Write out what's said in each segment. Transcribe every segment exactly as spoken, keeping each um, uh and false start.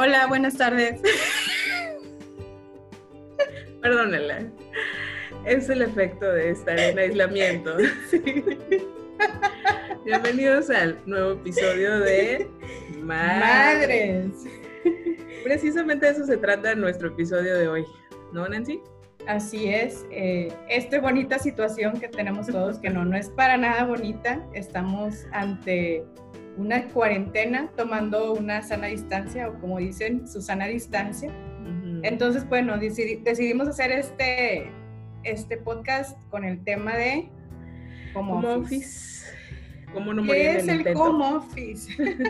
Hola, buenas tardes. Perdónenla. Es el efecto de estar en aislamiento. Sí. Bienvenidos al nuevo episodio de Madres. Precisamente de eso se trata nuestro episodio de hoy, ¿no, Nancy? Así es. Eh, esta bonita situación que tenemos todos, que no, no es para nada bonita. Estamos ante una cuarentena, tomando una sana distancia, o como dicen, su sana distancia. Uh-huh. Entonces, bueno, decidi- decidimos hacer este, este podcast con el tema de home, home office. office. ¿Cómo no morir ¿Qué en es el el intento? home office?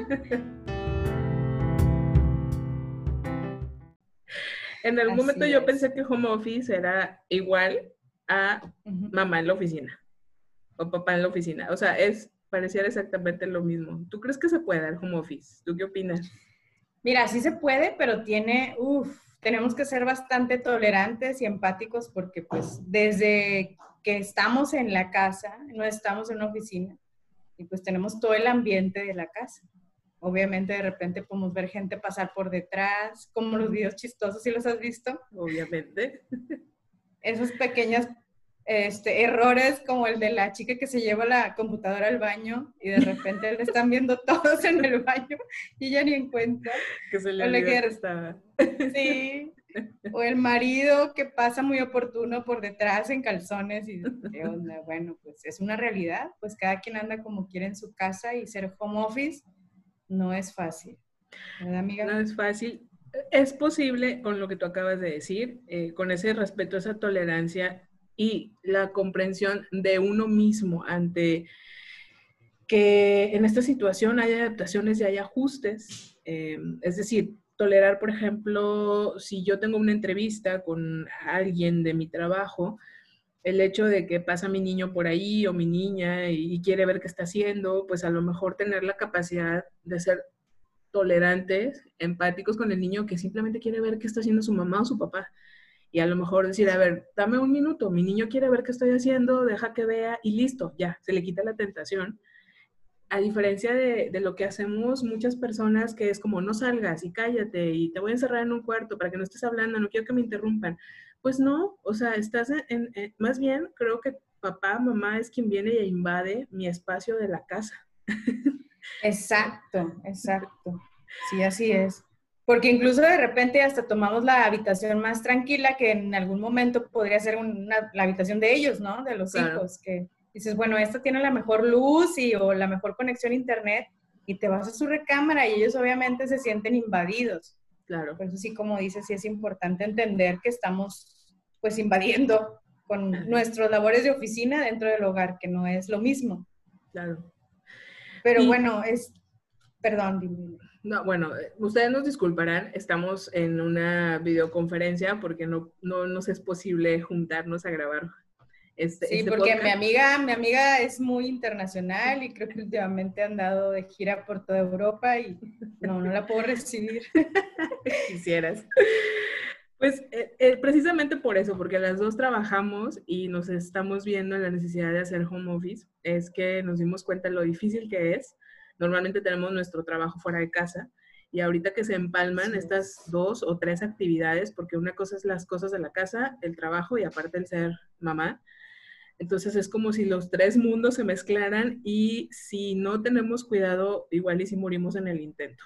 En algún Así momento yo es. pensé que home office era igual a Uh-huh. mamá en la oficina o papá en la oficina. O sea, es pareciera exactamente lo mismo. ¿Tú crees que se puede el home office? ¿Tú qué opinas? Mira, sí se puede, pero tiene, uff, tenemos que ser bastante tolerantes y empáticos porque pues desde que estamos en la casa, no estamos en una oficina y pues tenemos todo el ambiente de la casa. Obviamente de repente podemos ver gente pasar por detrás, como los videos chistosos, ¿sí los has visto? Obviamente. Esas pequeñas este, errores como el de la chica que se lleva la computadora al baño y de repente le están viendo todos en el baño y ella ni en cuenta. Que se le O, olvidó que, que estaba. Sí. O el marido que pasa muy oportuno por detrás en calzones y qué onda. Bueno, pues es una realidad. Pues cada quien anda como quiere en su casa y ser home office no es fácil. ¿Verdad, amiga? No es fácil. Es posible, con lo que tú acabas de decir, eh, con ese respeto, esa tolerancia y la comprensión de uno mismo ante que en esta situación hay adaptaciones y hay ajustes. Eh, es decir, tolerar, por ejemplo, si yo tengo una entrevista con alguien de mi trabajo, el hecho de que pasa mi niño por ahí o mi niña y, y quiere ver qué está haciendo, pues a lo mejor tener la capacidad de ser tolerantes, empáticos con el niño que simplemente quiere ver qué está haciendo su mamá o su papá. Y a lo mejor decir, a ver, dame un minuto, mi niño quiere ver qué estoy haciendo, deja que vea y listo, ya, se le quita la tentación. A diferencia de, de lo que hacemos muchas personas, que es como, no salgas y cállate y te voy a encerrar en un cuarto para que no estés hablando, no quiero que me interrumpan. Pues no, o sea, estás en, en, en más bien creo que papá, mamá es quien viene e invade mi espacio de la casa. Exacto, exacto. Sí, así es. Porque incluso de repente hasta tomamos la habitación más tranquila que en algún momento podría ser una, la habitación de ellos, ¿no? De los Claro. hijos, que dices, bueno, esta tiene la mejor luz y, o la mejor conexión a internet y te vas a su recámara y ellos obviamente se sienten invadidos. Claro. Por eso sí, como dices, sí es importante entender que estamos pues invadiendo con Ajá. nuestras labores de oficina dentro del hogar, que no es lo mismo. Claro. Pero y, bueno, es... Perdón, dime. No, bueno, ustedes nos disculparán, estamos en una videoconferencia porque no, no nos es posible juntarnos a grabar este, Sí, este porque podcast. mi amiga, mi amiga es muy internacional y creo que últimamente ha andado de gira por toda Europa y no, no la puedo recibir. Quisieras. Pues eh, eh, precisamente por eso, porque las dos trabajamos y nos estamos viendo en la necesidad de hacer home office, es que nos dimos cuenta de lo difícil que es. Normalmente tenemos nuestro trabajo fuera de casa y ahorita que se empalman sí. estas dos o tres actividades, porque una cosa es las cosas de la casa, el trabajo y aparte el ser mamá. Entonces es como si los tres mundos se mezclaran y si no tenemos cuidado, igual y si morimos en el intento.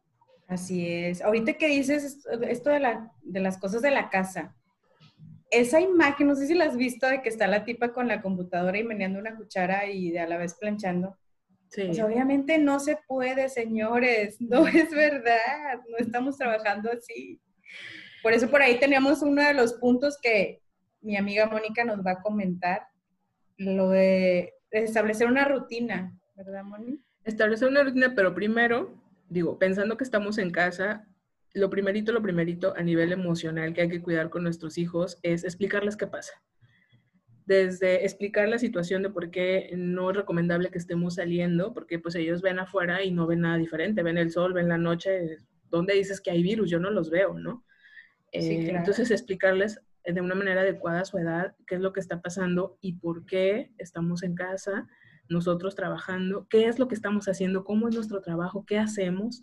Así es. Ahorita que dices esto de, la, de las cosas de la casa, esa imagen, no sé si la has visto, de que está la tipa con la computadora y meneando una cuchara y de a la vez planchando. Sí. O sea, obviamente no se puede, señores, no es verdad, no estamos trabajando así. Por eso por ahí teníamos uno de los puntos que mi amiga Mónica nos va a comentar, lo de establecer una rutina, ¿verdad, Moni? Establecer una rutina, pero primero, digo, pensando que estamos en casa, lo primerito, lo primerito a nivel emocional que hay que cuidar con nuestros hijos es explicarles qué pasa. Desde explicar la situación de por qué no es recomendable que estemos saliendo, porque pues ellos ven afuera y no ven nada diferente, ven el sol, ven la noche, ¿dónde dices que hay virus? Yo no los veo, ¿no? Sí, claro. eh, entonces explicarles de una manera adecuada a su edad qué es lo que está pasando y por qué estamos en casa, nosotros trabajando, qué es lo que estamos haciendo, cómo es nuestro trabajo, qué hacemos.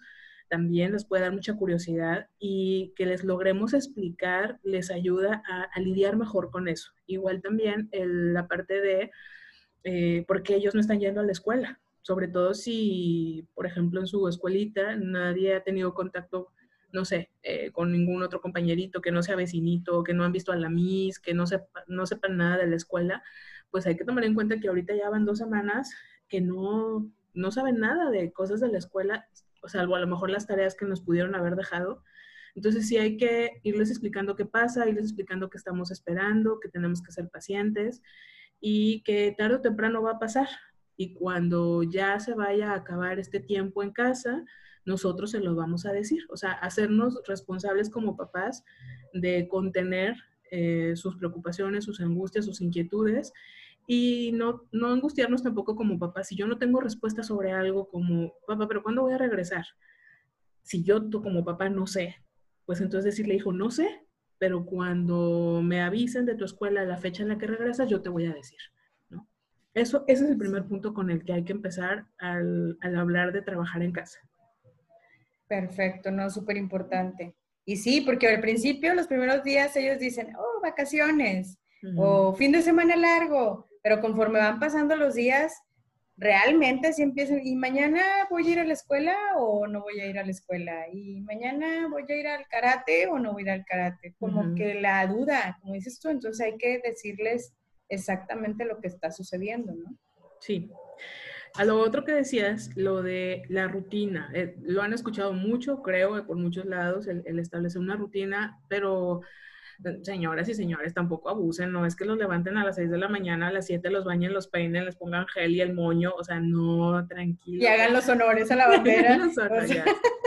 también les puede dar mucha curiosidad y que les logremos explicar les ayuda a, a lidiar mejor con eso. Igual también el, la parte de eh, por qué ellos no están yendo a la escuela, sobre todo si, por ejemplo, en su escuelita nadie ha tenido contacto, no sé, eh, con ningún otro compañerito, que no sea vecinito, que no han visto a la Miss, que no, sepa, no sepan nada de la escuela, pues hay que tomar en cuenta que ahorita ya van dos semanas que no, no saben nada de cosas de la escuela, o salvo a lo mejor las tareas que nos pudieron haber dejado. Entonces sí hay que irles explicando qué pasa, irles explicando qué estamos esperando, que tenemos que ser pacientes y que tarde o temprano va a pasar. Y cuando ya se vaya a acabar este tiempo en casa, nosotros se lo vamos a decir. O sea, hacernos responsables como papás de contener eh, sus preocupaciones, sus angustias, sus inquietudes y no, no angustiarnos tampoco como papás. Si yo no tengo respuesta sobre algo como, papá, ¿pero cuándo voy a regresar? Si yo tú como papá no sé, pues entonces decirle, hijo, no sé, pero cuando me avisen de tu escuela la fecha en la que regresas, yo te voy a decir, ¿no? Eso, ese es el primer punto con el que hay que empezar al, al hablar de trabajar en casa. Perfecto, no, súper importante. Y sí, porque al principio, los primeros días, ellos dicen, oh, vacaciones, uh-huh. o fin de semana largo, pero conforme van pasando los días, realmente sí empiezan, y mañana voy a ir a la escuela o no voy a ir a la escuela, y mañana voy a ir al karate o no voy a ir al karate, como uh-huh. que la duda, como dices tú, entonces hay que decirles exactamente lo que está sucediendo, ¿no? Sí. A lo otro que decías, lo de la rutina, eh, lo han escuchado mucho, creo, por muchos lados, el, el establecer una rutina, pero señoras y señores, tampoco abusen, no es que los levanten a las seis de la mañana, a las siete los bañen, los peinen, les pongan gel y el moño, o sea, no, tranquilo. Y hagan los honores a la bandera. los honores, o sea,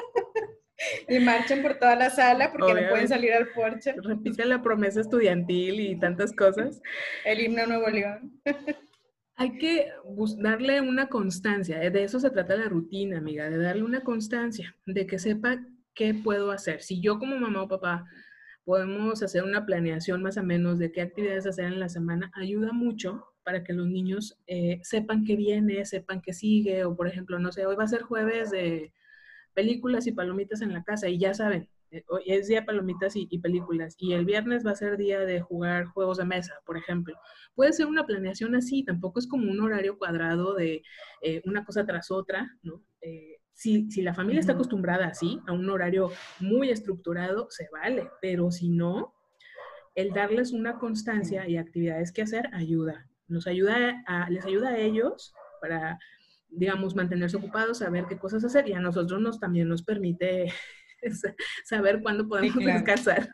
y marchen por toda la sala porque obviamente no pueden salir al porche. Repiten la promesa estudiantil y tantas cosas. El himno a Nuevo León. Hay que darle una constancia, de eso se trata la rutina, amiga, de darle una constancia, de que sepa qué puedo hacer. Si yo como mamá o papá podemos hacer una planeación más o menos de qué actividades hacer en la semana, ayuda mucho para que los niños eh, sepan qué viene, sepan qué sigue, o por ejemplo, no sé, hoy va a ser jueves de películas y palomitas en la casa y ya saben, hoy es día de palomitas y, y películas y el viernes va a ser día de jugar juegos de mesa, por ejemplo. Puede ser una planeación así, tampoco es como un horario cuadrado de eh, una cosa tras otra, ¿no? Eh, si, si la familia uh-huh. está acostumbrada así, a un horario muy estructurado, se vale, pero si no, el darles una constancia y actividades que hacer ayuda. Nos ayuda a, les ayuda a ellos para, digamos, mantenerse ocupados, saber qué cosas hacer y a nosotros nos, también nos permite saber cuándo podemos sí, claro. descansar.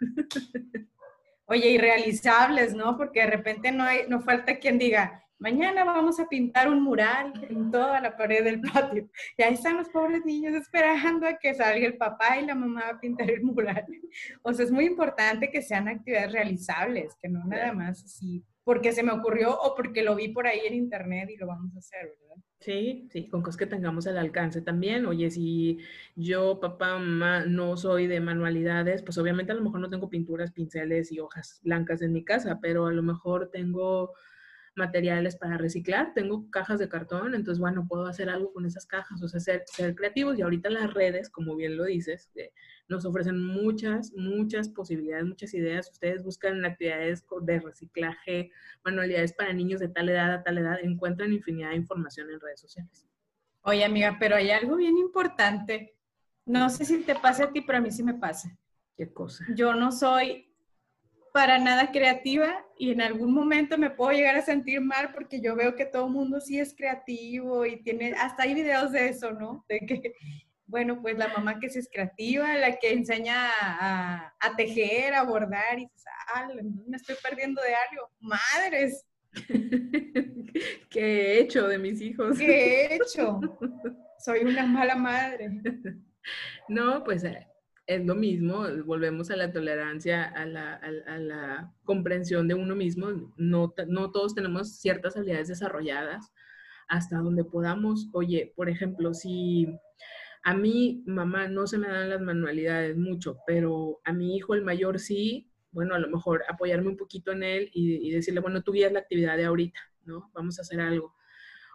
Oye, irrealizables, ¿no? Porque de repente no, hay, no falta quien diga, mañana vamos a pintar un mural en toda la pared del patio. Y ahí están los pobres niños esperando a que salga el papá y la mamá a pintar el mural. O sea, es muy importante que sean actividades realizables, que no nada más así, porque se me ocurrió o porque lo vi por ahí en internet y lo vamos a hacer, ¿verdad? Sí, sí, con cosas que tengamos al alcance también. Oye, si yo, papá, mamá, no soy de manualidades, pues obviamente a lo mejor no tengo pinturas, pinceles y hojas blancas en mi casa, pero a lo mejor tengo materiales para reciclar, tengo cajas de cartón, entonces, bueno, puedo hacer algo con esas cajas, o sea, ser, ser creativos. Y ahorita las redes, como bien lo dices, eh, nos ofrecen muchas, muchas posibilidades, muchas ideas. Ustedes buscan actividades de reciclaje, manualidades para niños de tal edad a tal edad, encuentran infinidad de información en redes sociales. Oye, amiga, pero hay algo bien importante. No sé si te pasa a ti, pero a mí sí me pasa. ¿Qué cosa? Yo no soy para nada creativa y en algún momento me puedo llegar a sentir mal porque yo veo que todo el mundo sí es creativo y tiene, hasta hay videos de eso, ¿no? De que, bueno, pues la mamá que sí es creativa, la que enseña a, a tejer, a bordar y dices, ah, me estoy perdiendo de algo. ¡Madres! ¿Qué he hecho de mis hijos? ¿Qué he hecho? Soy una mala madre. No, pues es lo mismo, volvemos a la tolerancia, a la, a, a la comprensión de uno mismo. No, no todos tenemos ciertas habilidades desarrolladas hasta donde podamos. Oye, por ejemplo, si a mí, mamá, no se me dan las manualidades mucho, pero a mi hijo, el mayor, sí, bueno, a lo mejor apoyarme un poquito en él y, y decirle, bueno, tú guías la actividad de ahorita, ¿no? Vamos a hacer algo.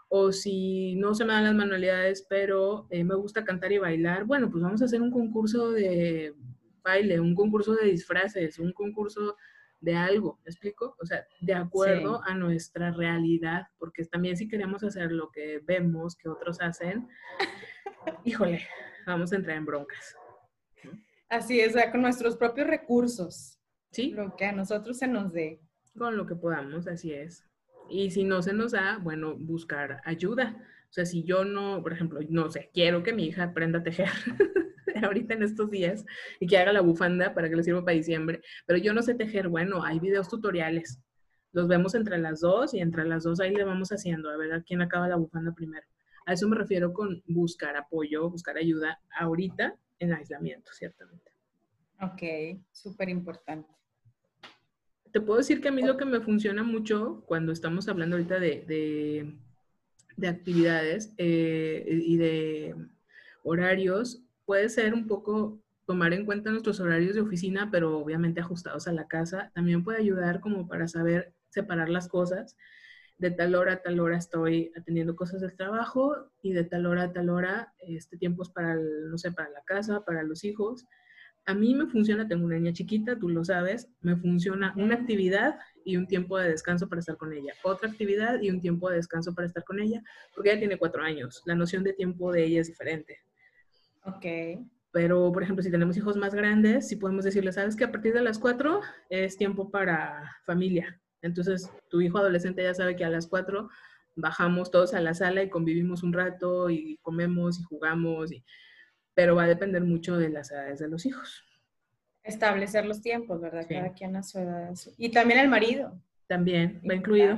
O si no se me dan las manualidades, pero eh, me gusta cantar y bailar, bueno, pues vamos a hacer un concurso de baile, un concurso de disfraces, un concurso de algo, ¿me explico? O sea, de acuerdo Sí. a nuestra realidad, porque también si queremos hacer lo que vemos que otros hacen, híjole, vamos a entrar en broncas. Así es, o sea, con nuestros propios recursos, ¿Sí? lo que a nosotros se nos dé. Con lo que podamos, así es. Y si no se nos da, bueno, buscar ayuda. O sea, si yo no, por ejemplo, no sé, quiero que mi hija aprenda a tejer ahorita en estos días y que haga la bufanda para que le sirva para diciembre, pero yo no sé tejer, bueno, hay videos tutoriales. Los vemos entre las dos y entre las dos ahí le vamos haciendo, a ver a quién acaba la bufanda primero. A eso me refiero con buscar apoyo, buscar ayuda ahorita en aislamiento, ciertamente. Ok, súper importante. Te puedo decir que a mí lo que me funciona mucho cuando estamos hablando ahorita de, de, de actividades eh, y de horarios, puede ser un poco tomar en cuenta nuestros horarios de oficina, pero obviamente ajustados a la casa. También puede ayudar como para saber separar las cosas. De tal hora a tal hora estoy atendiendo cosas del trabajo y de tal hora a tal hora este tiempo es para, el, no sé, para la casa, para los hijos. A mí me funciona, tengo una niña chiquita, tú lo sabes, me funciona una actividad y un tiempo de descanso para estar con ella, otra actividad y un tiempo de descanso para estar con ella, porque ella tiene cuatro años, la noción de tiempo de ella es diferente. Ok. Pero, por ejemplo, si tenemos hijos más grandes, sí podemos decirles, sabes que a partir de las cuatro es tiempo para familia. Entonces, tu hijo adolescente ya sabe que a las cuatro bajamos todos a la sala y convivimos un rato y comemos y jugamos y pero va a depender mucho de las edades de los hijos. Establecer los tiempos, ¿verdad? Sí. Cada quien a su edad. Y también el marido. También va incluido.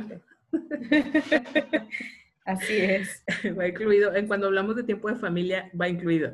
Así es. Va incluido. En cuando hablamos de tiempo de familia, va incluido.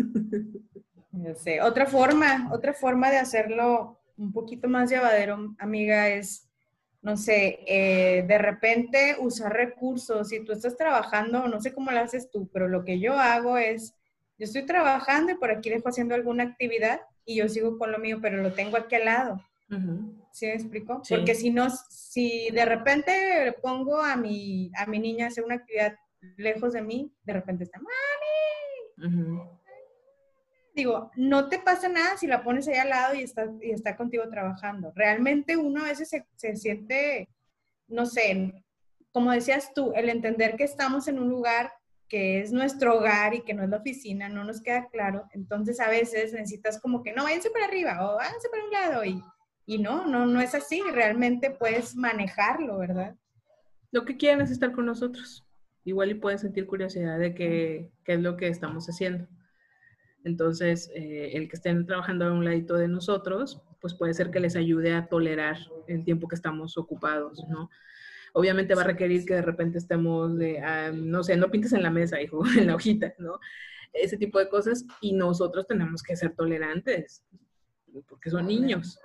Ya sé. Otra forma, otra forma de hacerlo un poquito más llevadero, amiga, es, no sé, eh, de repente usar recursos. Si tú estás trabajando, no sé cómo lo haces tú, pero lo que yo hago es, yo estoy trabajando y por aquí dejo haciendo alguna actividad y yo sigo con lo mío, pero lo tengo aquí al lado. Uh-huh. ¿Sí me explico? Sí. Porque si no, si de repente pongo a mi, a mi niña a hacer una actividad lejos de mí, de repente está, ¡mami! Uh-huh. Digo, no te pasa nada si la pones ahí al lado y está, y está contigo trabajando. Realmente uno a veces se, se siente, no sé, como decías tú, el entender que estamos en un lugar que es nuestro hogar y que no es la oficina, no nos queda claro. Entonces a veces necesitas como que no, váyanse para arriba o váyanse para un lado y, y no, no, no es así. Realmente puedes manejarlo, ¿verdad? Lo que quieren es estar con nosotros. Igual y pueden sentir curiosidad de qué, qué es lo que estamos haciendo. Entonces, eh, el que estén trabajando a un ladito de nosotros, pues puede ser que les ayude a tolerar el tiempo que estamos ocupados, ¿no? Obviamente va a requerir que de repente estemos de, uh, no sé, no pintes en la mesa, hijo, en la hojita, ¿no? Ese tipo de cosas. Y nosotros tenemos que ser tolerantes, porque son niños.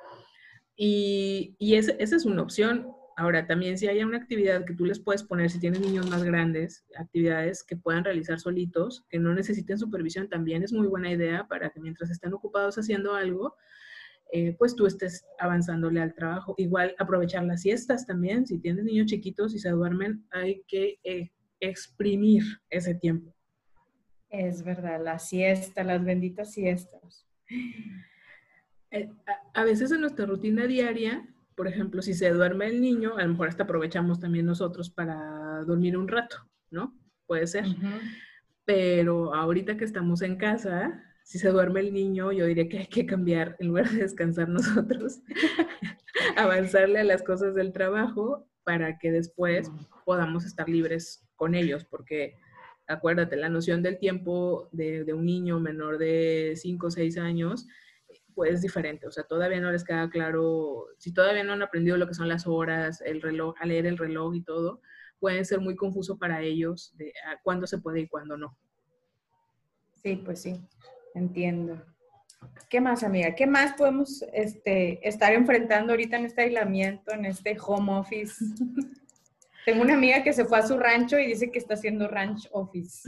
Y, y esa es una opción. Ahora, también si hay una actividad que tú les puedes poner, si tienes niños más grandes, actividades que puedan realizar solitos, que no necesiten supervisión, también es muy buena idea para que mientras estén ocupados haciendo algo, eh, pues tú estés avanzándole al trabajo. Igual aprovechar las siestas también. Si tienes niños chiquitos y se duermen, hay que eh, exprimir ese tiempo. Es verdad, la siesta, las benditas siestas. Eh, a, a veces en nuestra rutina diaria, por ejemplo, si se duerme el niño, a lo mejor hasta aprovechamos también nosotros para dormir un rato, ¿no? Puede ser. Uh-huh. Pero ahorita que estamos en casa, si se duerme el niño, yo diría que hay que cambiar, en lugar de descansar nosotros, avanzarle a las cosas del trabajo para que después podamos estar libres con ellos, porque acuérdate, la noción del tiempo de, de un niño menor de cinco o seis años, pues es diferente, o sea, todavía no les queda claro, si todavía no han aprendido lo que son las horas, el reloj, a leer el reloj y todo, puede ser muy confuso para ellos de a cuándo se puede y cuándo no. Sí, pues sí, entiendo. ¿Qué más, amiga? ¿Qué más podemos este, estar enfrentando ahorita en este aislamiento, en este home office? Tengo una amiga que se fue a su rancho y dice que está haciendo ranch office.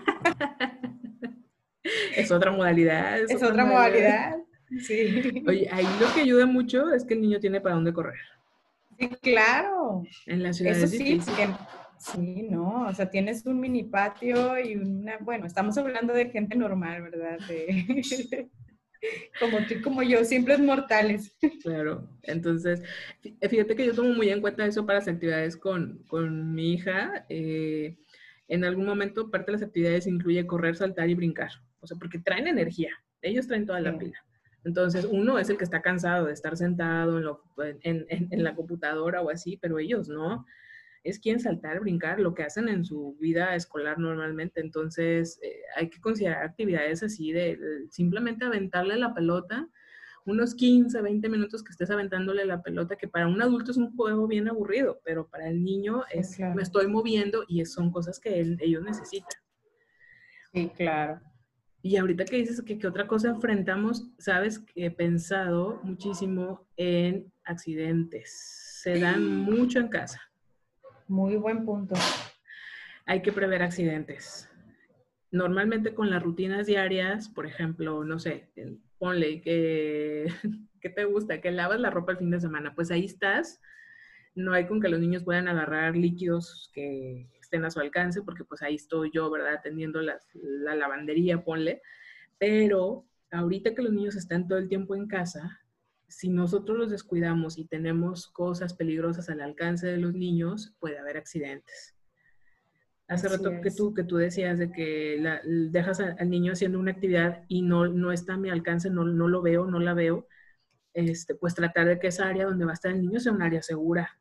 Es otra modalidad. Es, es otra, otra modalidad. modalidad. Sí. Oye, ahí lo que ayuda mucho es que el niño tiene para dónde correr. Sí, claro. En la ciudad Eso es sí, difícil. porque Sí, no, o sea, tienes un mini patio y una, bueno, estamos hablando de gente normal, ¿verdad? De, como tú y como yo, simples mortales. Claro, entonces, fí- fíjate que yo tomo muy en cuenta eso para las actividades con, con mi hija. Eh, en algún momento, parte de las actividades incluye correr, saltar y brincar. O sea, porque traen energía, ellos traen toda la Sí, pila. Entonces, uno es el que está cansado de estar sentado en, lo- en, en- en la computadora o así, pero ellos no. Es quien saltar, brincar, lo que hacen en su vida escolar normalmente. Entonces, eh, hay que considerar actividades así de, de simplemente aventarle la pelota unos quince, veinte minutos que estés aventándole la pelota, que para un adulto es un juego bien aburrido, pero para el niño sí, es, me claro. estoy moviendo y son cosas que él, ellos necesitan. Sí, claro. Y ahorita que dices que, que otra cosa enfrentamos, sabes que he pensado muchísimo en accidentes. Se dan mucho en casa. Muy buen punto. Hay que prever accidentes. Normalmente con las rutinas diarias, por ejemplo, no sé, ponle que, ¿qué te gusta? Que lavas la ropa el fin de semana. Pues ahí estás. No hay con que los niños puedan agarrar líquidos que estén a su alcance, porque pues ahí estoy yo, ¿verdad? Atendiendo la, la lavandería, ponle. Pero ahorita que los niños están todo el tiempo en casa, si nosotros los descuidamos y tenemos cosas peligrosas al alcance de los niños, puede haber accidentes. Hace Así rato que es. tú, que tú decías de que la, dejas a, al niño haciendo una actividad y no, no está a mi alcance, no, no lo veo, no la veo, este, pues tratar de que esa área donde va a estar el niño sea un área segura,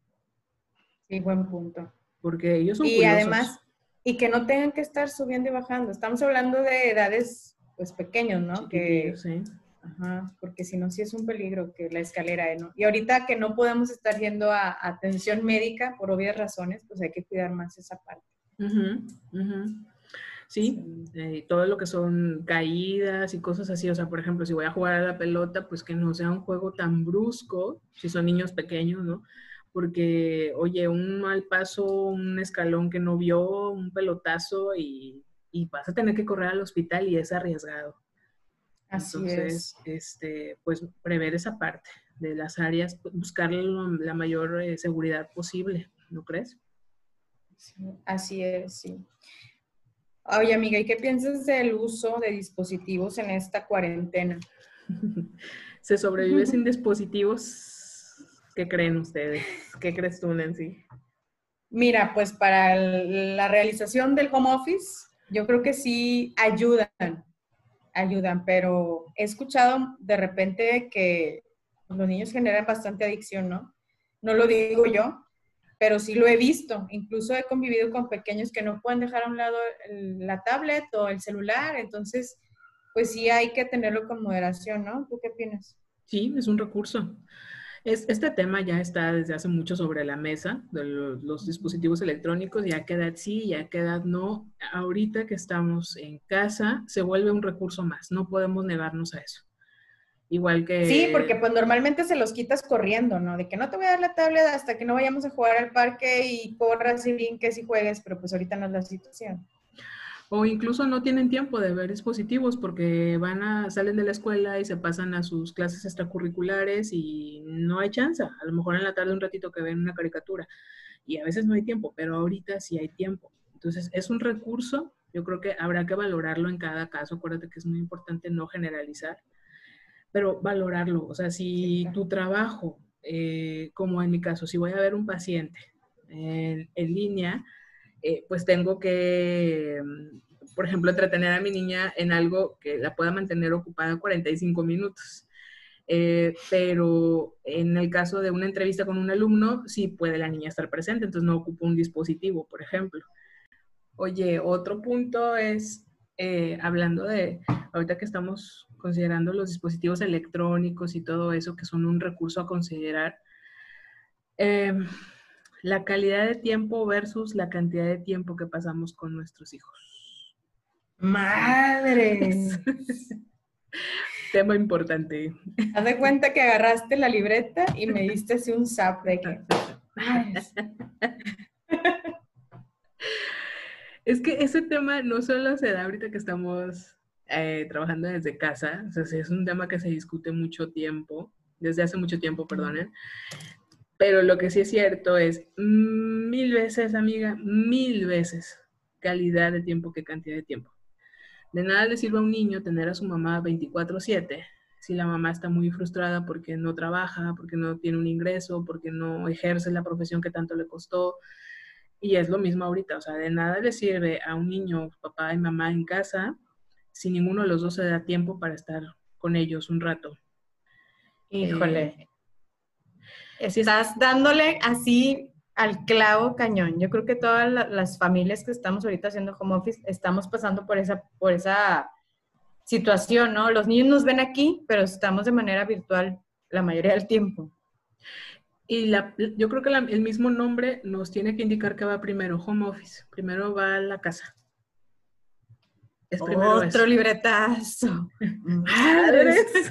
Sí, buen punto. porque ellos son Y curiosos. además, y que no tengan que estar subiendo y bajando. Estamos hablando de edades, pues, pequeños, ¿no? Chiquitillos, Que, ¿sí? ajá, porque si no, sí es un peligro que la escalera, ¿no? Y ahorita que no podemos estar yendo a, a atención médica por obvias razones, pues hay que cuidar más esa parte. Uh-huh, uh-huh. Sí, Sí, eh, todo lo que son caídas y cosas así. O sea, por ejemplo, si voy a jugar a la pelota, pues que no sea un juego tan brusco, si son niños pequeños, ¿no? Porque, oye, un mal paso, un escalón que no vio, un pelotazo y, y vas a tener que correr al hospital y es arriesgado. así Entonces, es. este, pues prever esa parte de las áreas, buscar la mayor eh, seguridad posible, ¿no crees? Sí, así es, sí. Oye, amiga, ¿y qué piensas del uso de dispositivos en esta cuarentena? ¿Se sobrevive sin dispositivos? ¿Qué creen ustedes? ¿Qué crees tú, Nancy? Mira, pues para el- la realización del home office, yo creo que sí ayudan, ayudan, pero he escuchado de repente que los niños generan bastante adicción, ¿no? No lo digo yo, pero sí lo he visto. Incluso he convivido con pequeños que no pueden dejar a un lado el- la tablet o el celular, entonces, pues sí hay que tenerlo con moderación, ¿no? ¿Tú qué opinas? Sí, es un recurso. Es, este tema ya está desde hace mucho sobre la mesa de los, los dispositivos electrónicos, ya qué edad sí, ya qué edad no. Ahorita que estamos en casa, se vuelve un recurso más, no podemos negarnos a eso. Igual Sí, porque que, pues normalmente se los quitas corriendo, ¿no? De que no te voy a dar la tablet hasta que no vayamos a jugar al parque y corras y brinques y juegues, pero pues ahorita no es la situación. o incluso no tienen tiempo de ver dispositivos porque van a, salen de la escuela y se pasan a sus clases extracurriculares y no hay chance. A lo mejor en la tarde un ratito que ven una caricatura y a veces no hay tiempo, pero ahorita sí hay tiempo. Entonces es un recurso, yo creo que habrá que valorarlo en cada caso. Acuérdate que es muy importante no generalizar, pero valorarlo. O sea, Sí, si claro. tu trabajo, eh, como en mi caso, si voy a ver un paciente en, en línea, eh, pues tengo que, por ejemplo, entretener a mi niña en algo que la pueda mantener ocupada cuarenta y cinco minutos. Eh, pero en el caso de una entrevista con un alumno, sí puede la niña estar presente, entonces no ocupa un dispositivo, por ejemplo. Oye, otro punto es, eh, hablando de, ahorita que estamos considerando los dispositivos electrónicos y todo eso, que son un recurso a considerar, eh, la calidad de tiempo versus la cantidad de tiempo que pasamos con nuestros hijos. Es Madre. tema importante. Haz de cuenta que agarraste la libreta y me diste así un zap de que, madres. Es que ese tema no solo se da ahorita que estamos eh, trabajando desde casa, o sea, sí, es un tema que se discute mucho tiempo, desde hace mucho tiempo, perdonen, Pero lo que sí es cierto es mil veces, amiga, mil veces calidad de tiempo que cantidad de tiempo. De nada le sirve a un niño tener a su mamá veinticuatro siete si la mamá está muy frustrada porque no trabaja, porque no tiene un ingreso, porque no ejerce la profesión que tanto le costó. Y es lo mismo ahorita, o sea, de nada le sirve a un niño, papá y mamá en casa, si ninguno de los dos se da tiempo para estar con ellos un rato. Híjole, Eh, si es, estás dándole así al clavo cañón. Yo creo que todas la- las familias que estamos ahorita haciendo home office estamos pasando por esa, por esa situación, ¿no? Los niños nos ven aquí, pero estamos de manera virtual la mayoría del tiempo. y la, yo creo que la, el mismo nombre nos tiene que indicar que va primero, home office, primero va a la casa. Es primero Otro eso. libretazo. Madres. ¡Madres!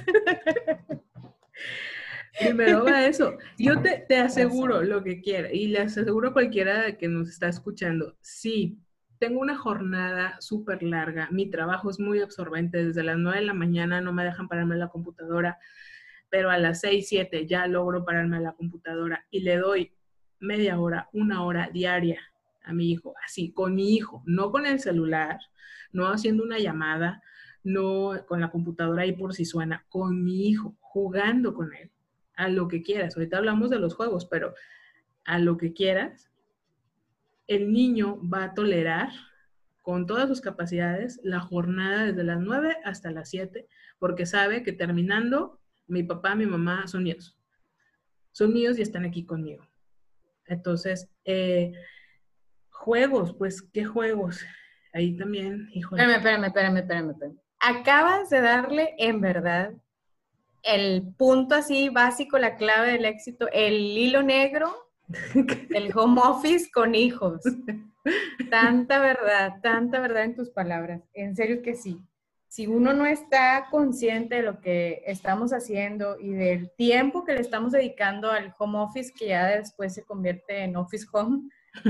Primero va eso. Yo te, te aseguro Razón. lo que quiera y le aseguro a cualquiera que nos está escuchando, sí, tengo una jornada súper larga, mi trabajo es muy absorbente, desde las nueve de la mañana no me dejan pararme en la computadora, pero a las seis, siete ya logro pararme a la computadora y le doy media hora, una hora diaria a mi hijo, así, con mi hijo, no con el celular, no haciendo una llamada, no con la computadora ahí por si suena, con mi hijo, jugando con él, a lo que quieras. Ahorita hablamos de los juegos, pero a lo que quieras, el niño va a tolerar con todas sus capacidades la jornada desde las nueve hasta las siete, porque sabe que terminando, mi papá, mi mamá son míos. Son míos y están aquí conmigo. Entonces, eh, juegos, pues, ¿qué juegos? Ahí también, híjole. Espérame, espérame, espérame, espérame, espérame. Acabas de darle en verdad el punto así básico, la clave del éxito, el hilo negro del home office con hijos. Tanta verdad, tanta verdad en tus palabras. En serio que sí. Si uno no está consciente de lo que estamos haciendo y del tiempo que le estamos dedicando al home office, que ya después se convierte en office home,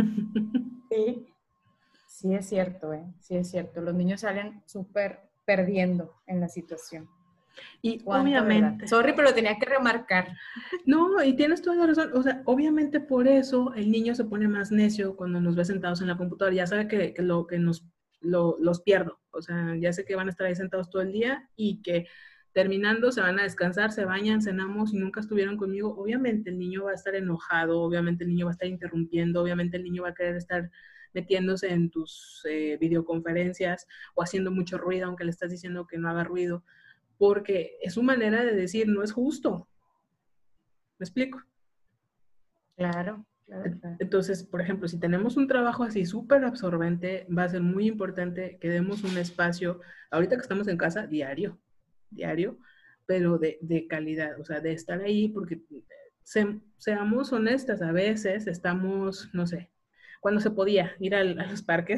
sí, sí es cierto, ¿eh? Sí es cierto. Los niños salen súper perdiendo en la situación. Y Cuánta verdad. obviamente, Sorry, pero lo tenía que remarcar. no, y tienes toda la razón. O sea, obviamente por eso el niño se pone más necio cuando nos ve sentados en la computadora. Ya sabe que, que lo que nos lo, los pierdo. O sea, ya sé que van a estar ahí sentados todo el día y que terminando se van a descansar, se bañan, cenamos y nunca estuvieron conmigo. Obviamente el niño va a estar enojado, obviamente el niño va a estar interrumpiendo, obviamente el niño va a querer estar metiéndose en tus eh, videoconferencias o haciendo mucho ruido, aunque le estás diciendo que no haga ruido, porque es su manera de decir, no es justo. ¿Me explico? Claro, claro, claro. Entonces, por ejemplo, si tenemos un trabajo así súper absorbente, va a ser muy importante que demos un espacio, ahorita que estamos en casa, diario, diario, pero de, de calidad, o sea, de estar ahí, porque se, seamos honestas, a veces estamos, no sé, cuando se podía ir al, a los parques,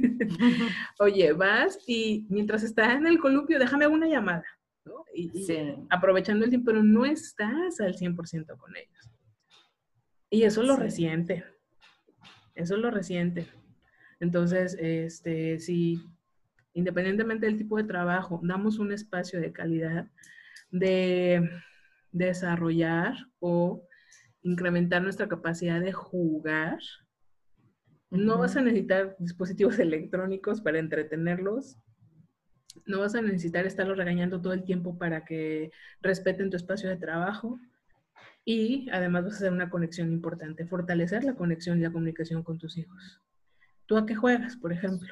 oye, vas y mientras estás en el columpio, déjame una llamada, ¿no? Y, y Sí, aprovechando el tiempo, pero no estás al cien por ciento con ellos. Y eso lo sí. resiente. Eso es lo reciente. Entonces, este, si independientemente del tipo de trabajo, damos un espacio de calidad de desarrollar o incrementar nuestra capacidad de jugar, no vas a Ujú. necesitar dispositivos electrónicos para entretenerlos, no vas a necesitar estarlos regañando todo el tiempo para que respeten tu espacio de trabajo y además vas a hacer una conexión importante, fortalecer la conexión y la comunicación con tus hijos. ¿Tú a qué juegas, por ejemplo?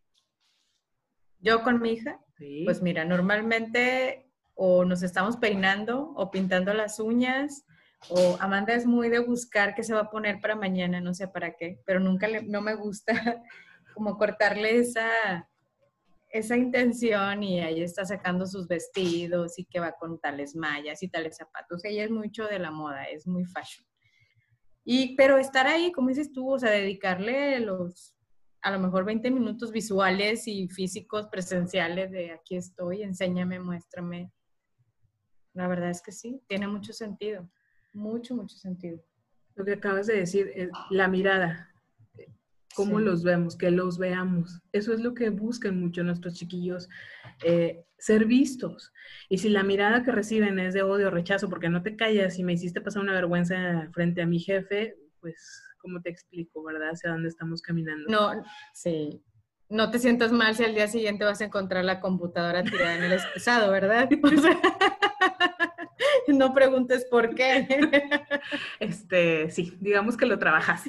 Yo con mi hija, pues Sí. mira, normalmente o nos estamos peinando o pintando las uñas, o Amanda es muy de buscar qué se va a poner para mañana, no sé para qué, pero nunca le, no me gusta como cortarle esa, esa intención y ahí está sacando sus vestidos y que va con tales mallas y tales zapatos. Ella es mucho de la moda, es muy fashion. Y, pero estar ahí, como dices tú, o sea, dedicarle los, a lo mejor veinte minutos visuales y físicos presenciales de aquí estoy, enséñame, muéstrame. La verdad es que sí, tiene mucho sentido, mucho, mucho sentido. Lo que acabas de decir es la mirada. cómo Sí. los vemos, que los veamos. Eso es lo que buscan mucho nuestros chiquillos, eh, ser vistos. Y si la mirada que reciben es de odio o rechazo, porque no te callas y me hiciste pasar una vergüenza frente a mi jefe, pues, ¿cómo te explico, verdad? Hacia dónde estamos caminando. No, sí. No te sientas mal si al día siguiente vas a encontrar la computadora tirada en el excusado, ¿verdad? O sea, no preguntes por qué. Este, sí, digamos que lo trabajaste.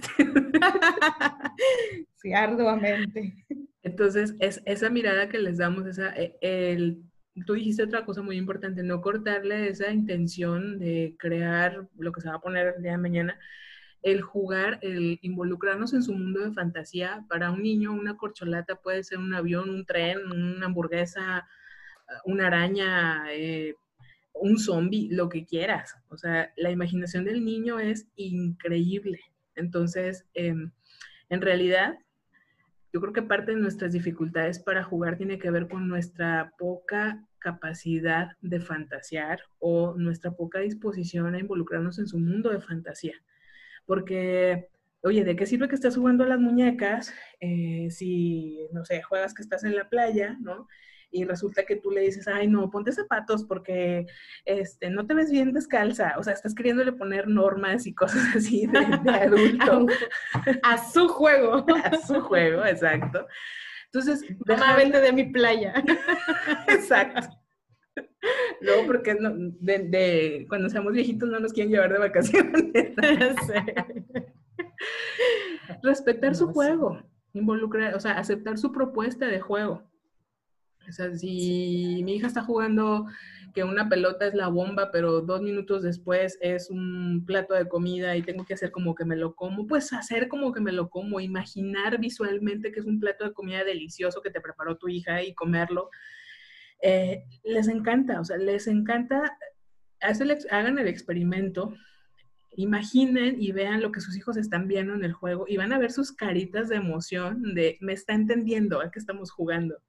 Sí, arduamente. Entonces, es esa mirada que les damos, esa, e, el, tú dijiste otra cosa muy importante, no cortarle esa intención de crear lo que se va a poner el día de mañana, el jugar, el involucrarnos en su mundo de fantasía. Para un niño, una corcholata puede ser un avión, un tren, una hamburguesa, una araña, eh, un zombie, lo que quieras. O sea, la imaginación del niño es increíble. Entonces, eh, en realidad, yo creo que parte de nuestras dificultades para jugar tiene que ver con nuestra poca capacidad de fantasear o nuestra poca disposición a involucrarnos en su mundo de fantasía. Porque, oye, ¿de qué sirve que estés jugando a las muñecas eh, si, no sé, juegas que estás en la playa, ¿no? Y resulta que tú le dices, ay, no, ponte zapatos porque este, no te ves bien descalza. O sea, estás queriéndole poner normas y cosas así de, de adulto. A, a su juego. A su juego, exacto. Entonces, mamá, dejarle... vete de mi playa. Exacto. Luego, porque no, de, de, cuando seamos viejitos no nos quieren llevar de vacaciones. Sí. Respetar no, su juego, sí. Involucrar, o sea, aceptar su propuesta de juego. O sea, si sí. Mi hija está jugando que una pelota es la bomba, pero dos minutos después es un plato de comida y tengo que hacer como que me lo como, pues hacer como que me lo como, imaginar visualmente que es un plato de comida delicioso que te preparó tu hija y comerlo. Eh, les encanta, o sea, les encanta, hacer, hagan el experimento, imaginen y vean lo que sus hijos están viendo en el juego y van a ver sus caritas de emoción de, me está entendiendo a qué estamos jugando.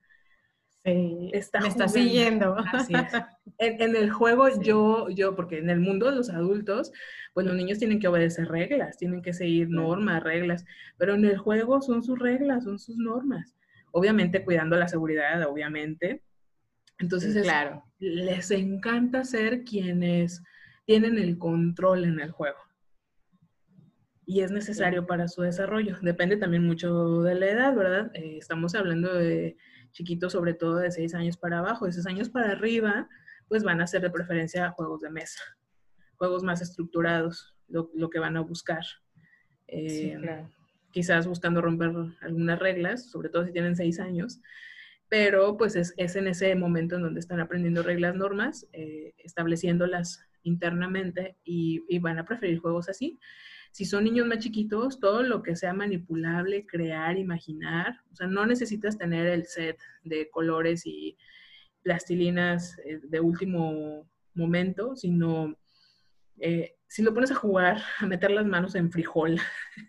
Sí, está me jugando. Está siguiendo. Así es. En, en el juego sí. yo, yo, porque en el mundo de los adultos, pues los niños tienen que obedecer reglas, tienen que seguir normas, reglas, pero en el juego son sus reglas, son sus normas. Obviamente cuidando la seguridad, obviamente. Entonces, sí, claro. es, les encanta ser quienes tienen el control en el juego. Y es necesario sí. para su desarrollo. Depende también mucho de la edad, ¿verdad? Eh, estamos hablando de chiquitos, sobre todo de seis años para abajo. De seis años para arriba, pues van a ser de preferencia juegos de mesa. Juegos más estructurados, lo, lo que van a buscar. Eh, sí, claro. Quizás buscando romper algunas reglas, sobre todo si tienen seis años. Pero pues es, es en ese momento en donde están aprendiendo reglas, normas, eh, estableciéndolas internamente y, y van a preferir juegos así. Si son niños más chiquitos, todo lo que sea manipulable, crear, imaginar, o sea, no necesitas tener el set de colores y plastilinas de último momento, sino eh, si lo pones a jugar, a meter las manos en frijol.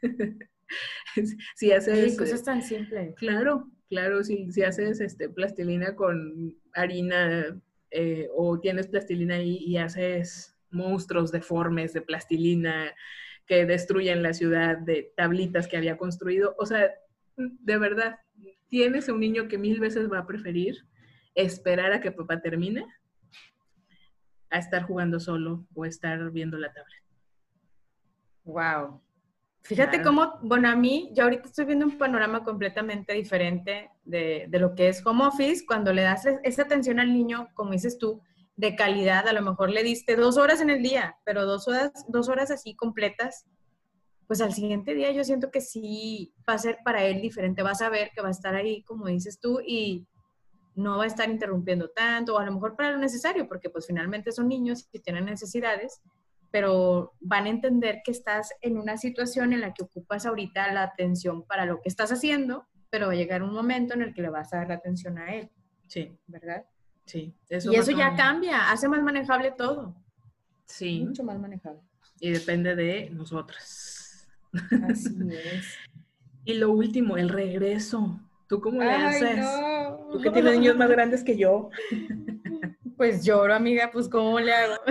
Si haces... Sí, cosas tan simples. Claro, claro, si, si haces este, plastilina con harina eh, o tienes plastilina ahí y haces monstruos deformes de plastilina que destruyen la ciudad de tablitas que había construido, o sea, de verdad, tienes a un niño que mil veces va a preferir esperar a que papá termine a estar jugando solo o estar viendo la tablet. Wow. Fíjate claro. cómo, bueno, a mí, yo ahorita estoy viendo un panorama completamente diferente de, de lo que es home office, cuando le das esa atención al niño, como dices tú, de calidad, a lo mejor le diste dos horas en el día, pero dos horas, dos horas así completas, pues al siguiente día yo siento que sí va a ser para él diferente, va a saber que va a estar ahí, como dices tú, y no va a estar interrumpiendo tanto, o a lo mejor para lo necesario, porque pues finalmente son niños y tienen necesidades, pero van a entender que estás en una situación en la que ocupas ahorita la atención para lo que estás haciendo, pero va a llegar un momento en el que le vas a dar la atención a él. Sí. ¿Verdad? Sí. Eso y eso ya cambia, hace más manejable todo. Sí. Mucho más manejable. Y depende de nosotras. Así es. Y lo último, el regreso. ¿Tú cómo le Ay, haces? No. Tú que tienes niños más grandes que yo. Pues lloro, amiga, pues ¿cómo le hago?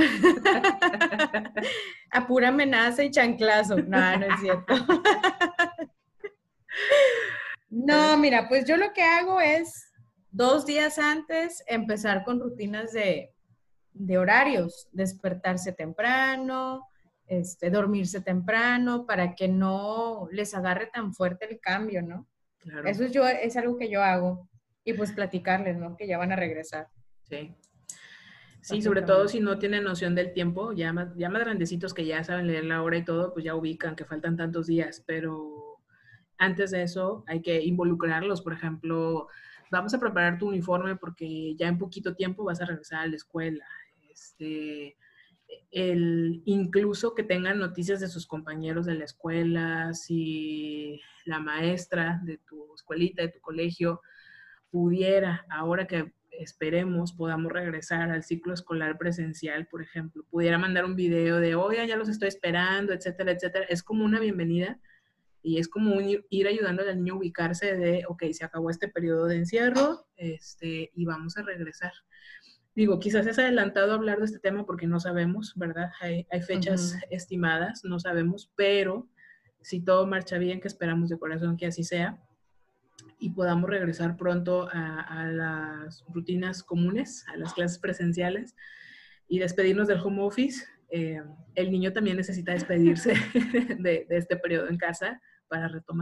A pura amenaza y chanclazo. No, no es cierto. No, mira, pues yo lo que hago es dos días antes empezar con rutinas de, de horarios, despertarse temprano, este, dormirse temprano, para que no les agarre tan fuerte el cambio, ¿no? Claro, Eso es, yo, es algo que yo hago. Y pues platicarles, ¿no? Que ya van a regresar. sí. Sí, sobre todo Básicamente. si no tienen noción del tiempo, ya más, ya más grandecitos que ya saben leer la hora y todo, pues ya ubican que faltan tantos días, pero antes de eso hay que involucrarlos. Por ejemplo, vamos a preparar tu uniforme porque ya en poquito tiempo vas a regresar a la escuela. Este, el, incluso que tengan noticias de sus compañeros de la escuela, si la maestra de tu escuelita, de tu colegio, pudiera, ahora que esperemos podamos regresar al ciclo escolar presencial, por ejemplo, pudiera mandar un video de, oiga, ya los estoy esperando, etcétera, etcétera. Es como una bienvenida y es como un, ir ayudando al niño a ubicarse de, ok, se acabó este periodo de encierro, este, y vamos a regresar. Digo, quizás es adelantado hablar de este tema porque no sabemos, ¿verdad? Hay, hay fechas uh-huh. estimadas, no sabemos, pero si todo marcha bien, que esperamos de corazón que así sea, y podamos regresar pronto a, a las rutinas comunes, a las clases presenciales y despedirnos del home office. Eh, el niño también necesita despedirse de, de este periodo en casa para retomar.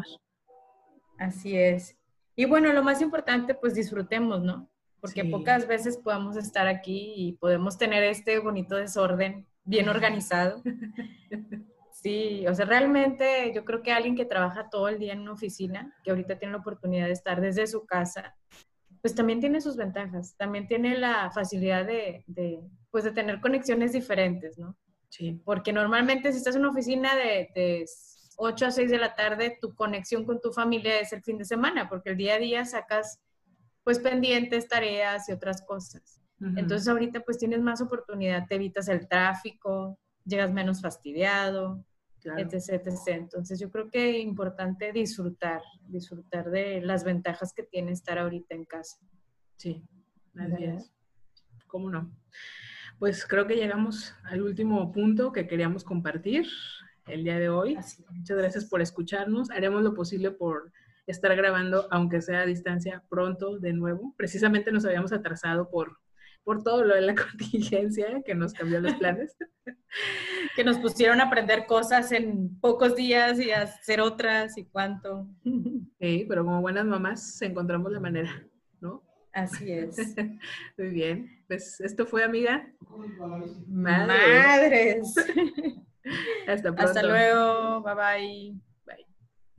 Así es. Y bueno, lo más importante, pues disfrutemos, ¿no? Porque sí. Pocas veces podemos estar aquí y podemos tener este bonito desorden bien organizado. Sí, o sea, realmente yo creo que alguien que trabaja todo el día en una oficina, que ahorita tiene la oportunidad de estar desde su casa, pues también tiene sus ventajas, también tiene la facilidad de, de pues de tener conexiones diferentes, ¿no? Sí. Porque normalmente si estás en una oficina de, de ocho a seis de la tarde, tu conexión con tu familia es el fin de semana, porque el día a día sacas pues pendientes, tareas y otras cosas. Uh-huh. Entonces ahorita pues tienes más oportunidad, te evitas el tráfico, llegas menos fastidiado, claro. etc, etcétera. Entonces yo creo que es importante disfrutar, disfrutar de las ventajas que tiene estar ahorita en casa. Sí, así es. ¿Cómo no? Pues creo que llegamos al último punto que queríamos compartir el día de hoy. Muchas gracias por escucharnos. Haremos lo posible por estar grabando, aunque sea a distancia, pronto de nuevo. Precisamente nos habíamos atrasado por, por todo lo de la contingencia que nos cambió los planes. Que nos pusieron a aprender cosas en pocos días y a hacer otras y cuánto. Sí, pero como buenas mamás encontramos la manera, ¿no? Así es. Muy bien. Pues esto fue, amiga. Madres. Madres. Hasta pronto. Hasta luego. Bye bye.